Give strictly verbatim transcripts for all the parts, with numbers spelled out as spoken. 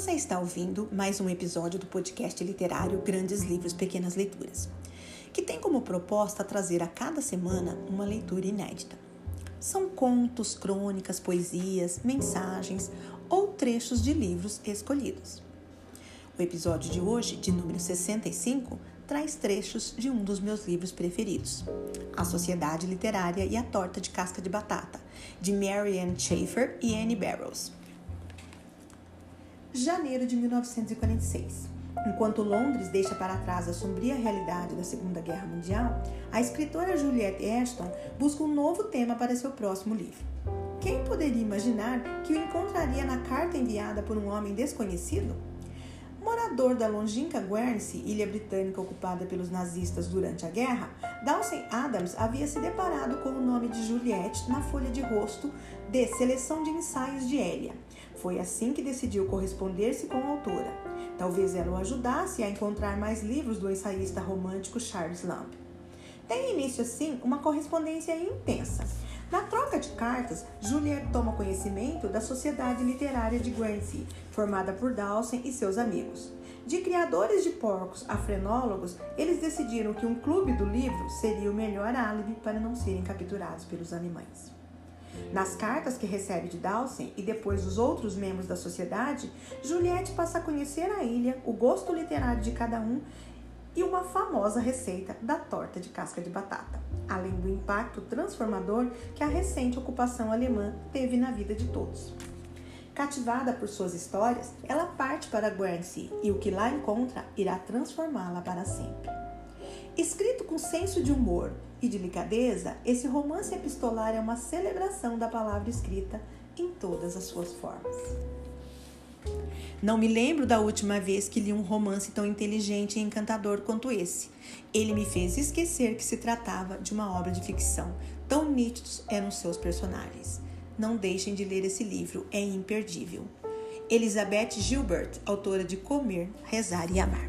Você está ouvindo mais um episódio do podcast literário Grandes Livros, Pequenas Leituras, que tem como proposta trazer a cada semana uma leitura inédita. São contos, crônicas, poesias, mensagens ou trechos de livros escolhidos. O episódio de hoje, de número sessenta e cinco, traz trechos de um dos meus livros preferidos, A Sociedade Literária e a Torta de Casca de Batata, de Mary Ann Shaffer e Annie Barrows. Janeiro de mil novecentos e quarenta e seis. Enquanto Londres deixa para trás a sombria realidade da Segunda Guerra Mundial, a escritora Juliette Ashton busca um novo tema para seu próximo livro. Quem poderia imaginar que o encontraria na carta enviada por um homem desconhecido? Morador da longínqua Guernsey, ilha britânica ocupada pelos nazistas durante a guerra, Dawson Adams havia se deparado com o nome de Juliette na folha de rosto de Seleção de Ensaios de Elia. Foi assim que decidiu corresponder-se com a autora. Talvez ela o ajudasse a encontrar mais livros do ensaísta romântico Charles Lamb. Tem início, assim, uma correspondência intensa. Na troca de cartas, Juliette toma conhecimento da Sociedade Literária de Guernsey, formada por Dawson e seus amigos. De criadores de porcos a frenólogos, eles decidiram que um clube do livro seria o melhor álibi para não serem capturados pelos alemães. Nas cartas que recebe de Dawson e depois dos outros membros da sociedade, Juliette passa a conhecer a ilha, o gosto literário de cada um e uma famosa receita da torta de casca de batata, além do impacto transformador que a recente ocupação alemã teve na vida de todos. Cativada por suas histórias, ela parte para Guernsey e o que lá encontra irá transformá-la para sempre. Escrito com senso de humor e delicadeza, esse romance epistolar é uma celebração da palavra escrita em todas as suas formas. Não me lembro da última vez que li um romance tão inteligente e encantador quanto esse. Ele me fez esquecer que se tratava de uma obra de ficção. Tão nítidos eram seus personagens. Não deixem de ler esse livro, é imperdível. Elizabeth Gilbert, autora de Comer, Rezar e Amar.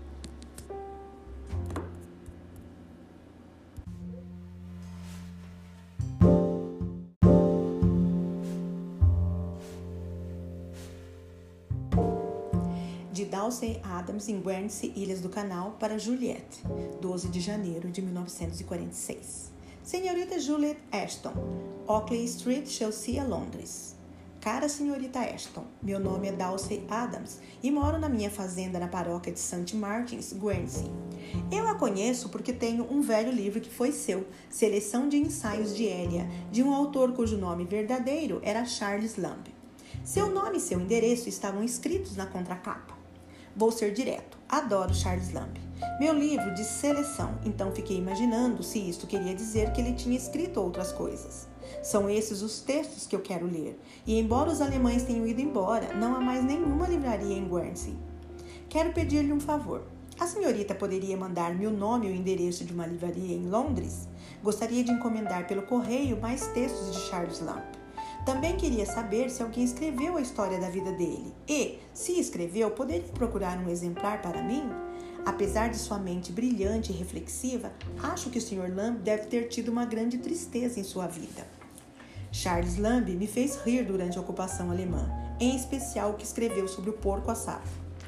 De Dawson Adams em Guernsey, Ilhas do Canal, para Juliette, doze de janeiro de mil novecentos e quarenta e seis. Senhorita Juliette Ashton, Oakley Street, Chelsea, Londres. Cara senhorita Ashton, meu nome é Dawson Adams e moro na minha fazenda na paróquia de Saint Martins, Guernsey. Eu a conheço porque tenho um velho livro que foi seu, Seleção de Ensaios de Elia, de um autor cujo nome verdadeiro era Charles Lamb. Seu nome e seu endereço estavam escritos na contracapa. Vou ser direto, adoro Charles Lamb. Meu livro de seleção, então fiquei imaginando se isto queria dizer que ele tinha escrito outras coisas. São esses os textos que eu quero ler, e embora os alemães tenham ido embora, não há mais nenhuma livraria em Guernsey. Quero pedir-lhe um favor. A senhorita poderia mandar-me o nome e o endereço de uma livraria em Londres? Gostaria de encomendar pelo correio mais textos de Charles Lamb. Também queria saber se alguém escreveu a história da vida dele e, se escreveu, poderia procurar um exemplar para mim? Apesar de sua mente brilhante e reflexiva, acho que o senhor Lamb deve ter tido uma grande tristeza em sua vida. Charles Lamb me fez rir durante a ocupação alemã, em especial o que escreveu sobre o porco assado.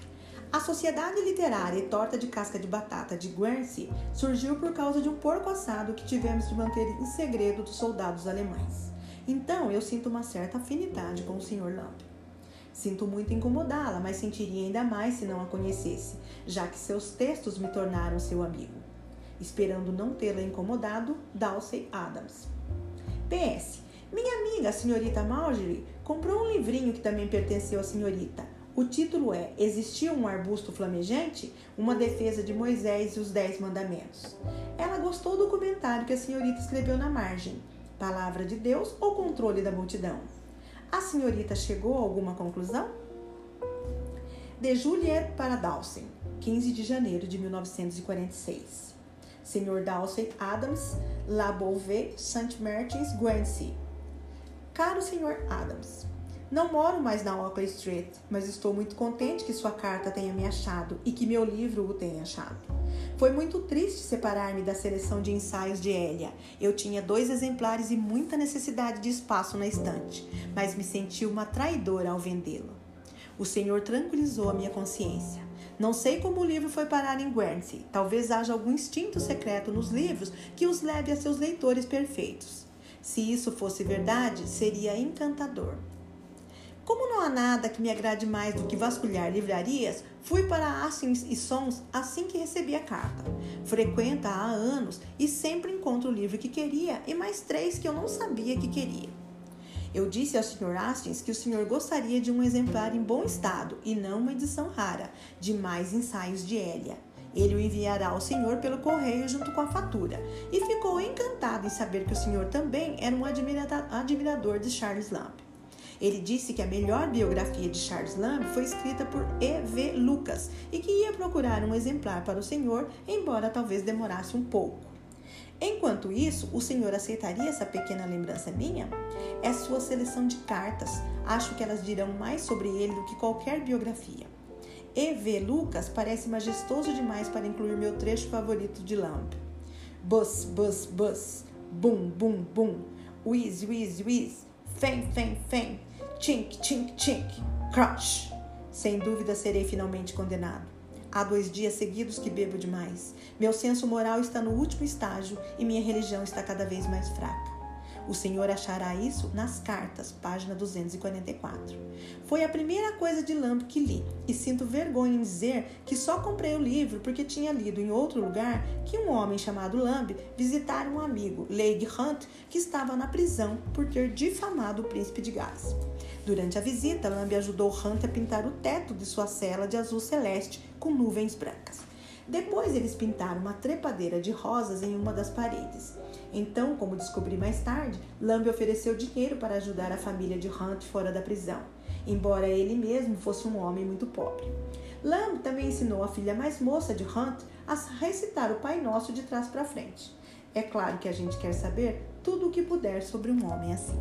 A Sociedade Literária e Torta de Casca de Batata de Guernsey surgiu por causa de um porco assado que tivemos de manter em segredo dos soldados alemães. Então, eu sinto uma certa afinidade com o senhor Lamb. Sinto muito incomodá-la, mas sentiria ainda mais se não a conhecesse, já que seus textos me tornaram seu amigo. Esperando não tê-la incomodado, Dawson Adams. P S. Minha amiga, a senhorita Marjorie, comprou um livrinho que também pertenceu à senhorita. O título é Existia um arbusto flamejante? Uma defesa de Moisés e os Dez Mandamentos. Ela gostou do comentário que a senhorita escreveu na margem. Palavra de Deus ou controle da multidão? A senhorita chegou a alguma conclusão? De Juliette para Dawson, quinze de janeiro de mil novecentos e quarenta e seis. senhor Dawson Adams, La Bouve, Saint Martins, Guernsey. Caro senhor Adams, não moro mais na Oakley Street, mas estou muito contente que sua carta tenha me achado e que meu livro o tenha achado. Foi muito triste separar-me da seleção de ensaios de Elia. Eu tinha dois exemplares e muita necessidade de espaço na estante, mas me senti uma traidora ao vendê-lo. O Senhor tranquilizou a minha consciência. Não sei como o livro foi parar em Guernsey. Talvez haja algum instinto secreto nos livros que os leve a seus leitores perfeitos. Se isso fosse verdade, seria encantador. Como não há nada que me agrade mais do que vasculhar livrarias, fui para Hastings e Sons assim que recebi a carta. Frequento há anos e sempre encontro o livro que queria e mais três que eu não sabia que queria. Eu disse ao senhor Hastings que o senhor gostaria de um exemplar em bom estado e não uma edição rara, de mais ensaios de Elia. Ele o enviará ao senhor pelo correio junto com a fatura e ficou encantado em saber que o senhor também era um admirador de Charles Lamb. Ele disse que a melhor biografia de Charles Lamb foi escrita por E V Lucas e que ia procurar um exemplar para o senhor, embora talvez demorasse um pouco. Enquanto isso, o senhor aceitaria essa pequena lembrança minha? É sua seleção de cartas. Acho que elas dirão mais sobre ele do que qualquer biografia. E V Lucas parece majestoso demais para incluir meu trecho favorito de Lamb. Bus, bus, bus. Bum, bum, bum. Whiz, whiz, whiz. Fem, fem, fem. Chink, chink, chink. Crush. Sem dúvida serei finalmente condenado. Há dois dias seguidos que bebo demais. Meu senso moral está no último estágio e minha religião está cada vez mais fraca. O senhor achará isso nas cartas, página duzentos e quarenta e quatro. Foi a primeira coisa de Lamb que li e sinto vergonha em dizer que só comprei o livro porque tinha lido em outro lugar que um homem chamado Lamb visitara um amigo, Leigh Hunt, que estava na prisão por ter difamado o príncipe de Gales. Durante a visita, Lamb ajudou Hunt a pintar o teto de sua cela de azul celeste com nuvens brancas. Depois eles pintaram uma trepadeira de rosas em uma das paredes. Então, como descobri mais tarde, Lamb ofereceu dinheiro para ajudar a família de Hunt fora da prisão, embora ele mesmo fosse um homem muito pobre. Lamb também ensinou a filha mais moça de Hunt a recitar o Pai Nosso de trás para frente. É claro que a gente quer saber tudo o que puder sobre um homem assim.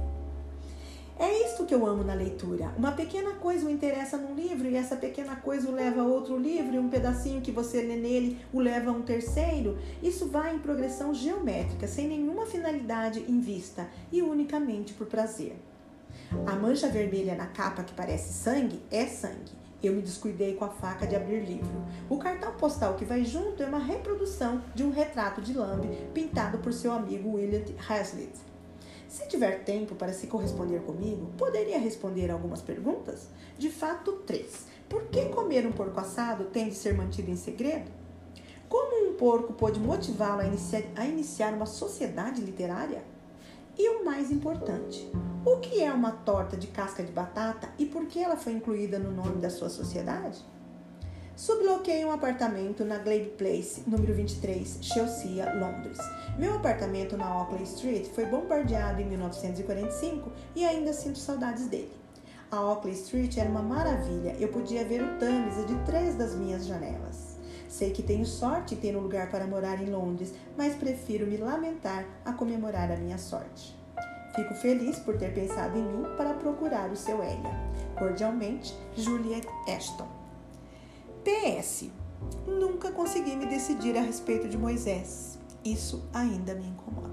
É isto que eu amo na leitura. Uma pequena coisa o interessa num livro e essa pequena coisa o leva a outro livro e um pedacinho que você lê nele o leva a um terceiro. Isso vai em progressão geométrica, sem nenhuma finalidade em vista e unicamente por prazer. A mancha vermelha na capa que parece sangue é sangue. Eu me descuidei com a faca de abrir livro. O cartão postal que vai junto é uma reprodução de um retrato de Lamb pintado por seu amigo William Hazlitt. Se tiver tempo para se corresponder comigo, poderia responder algumas perguntas? De fato, três. Por que comer um porco assado tem de ser mantido em segredo? Como um porco pôde motivá-lo a iniciar, a iniciar uma sociedade literária? E o mais importante, o que é uma torta de casca de batata e por que ela foi incluída no nome da sua sociedade? Subloquei um apartamento na Glebe Place, número vinte e três, Chelsea, Londres. Meu apartamento na Oakley Street foi bombardeado em mil novecentos e quarenta e cinco e ainda sinto saudades dele. A Oakley Street era uma maravilha, eu podia ver o Tâmisa de três das minhas janelas. Sei que tenho sorte em ter um lugar para morar em Londres, mas prefiro me lamentar a comemorar a minha sorte. Fico feliz por ter pensado em mim para procurar o seu Elia. Cordialmente, Juliet Ashton. P S. Nunca consegui me decidir a respeito de Moisés. Isso ainda me incomoda.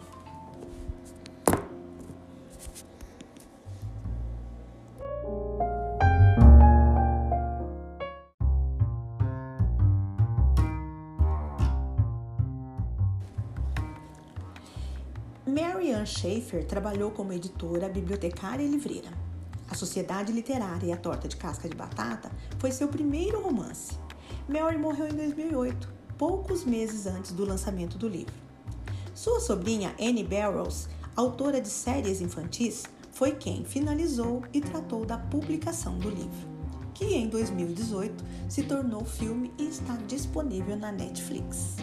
Mary Ann Schaeffer trabalhou como editora, bibliotecária e livreira. A Sociedade Literária e a Torta de Casca de Batata foi seu primeiro romance. Mary morreu em dois mil e oito, poucos meses antes do lançamento do livro. Sua sobrinha Annie Barrows, autora de séries infantis, foi quem finalizou e tratou da publicação do livro, que em dois mil e dezoito se tornou filme e está disponível na Netflix.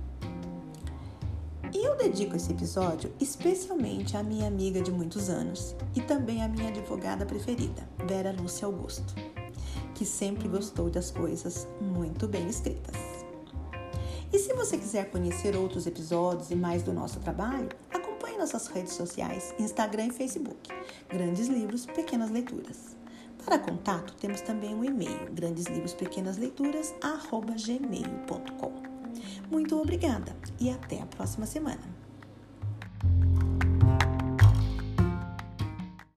E eu dedico esse episódio especialmente à minha amiga de muitos anos e também à minha advogada preferida, Vera Lúcia Augusto, que sempre gostou das coisas muito bem escritas. E se você quiser conhecer outros episódios e mais do nosso trabalho, acompanhe nossas redes sociais, Instagram e Facebook, Grandes Livros, Pequenas Leituras. Para contato, temos também um e-mail, grandeslivros-pequenas-leituras arroba gmail ponto com. Muito obrigada e até a próxima semana.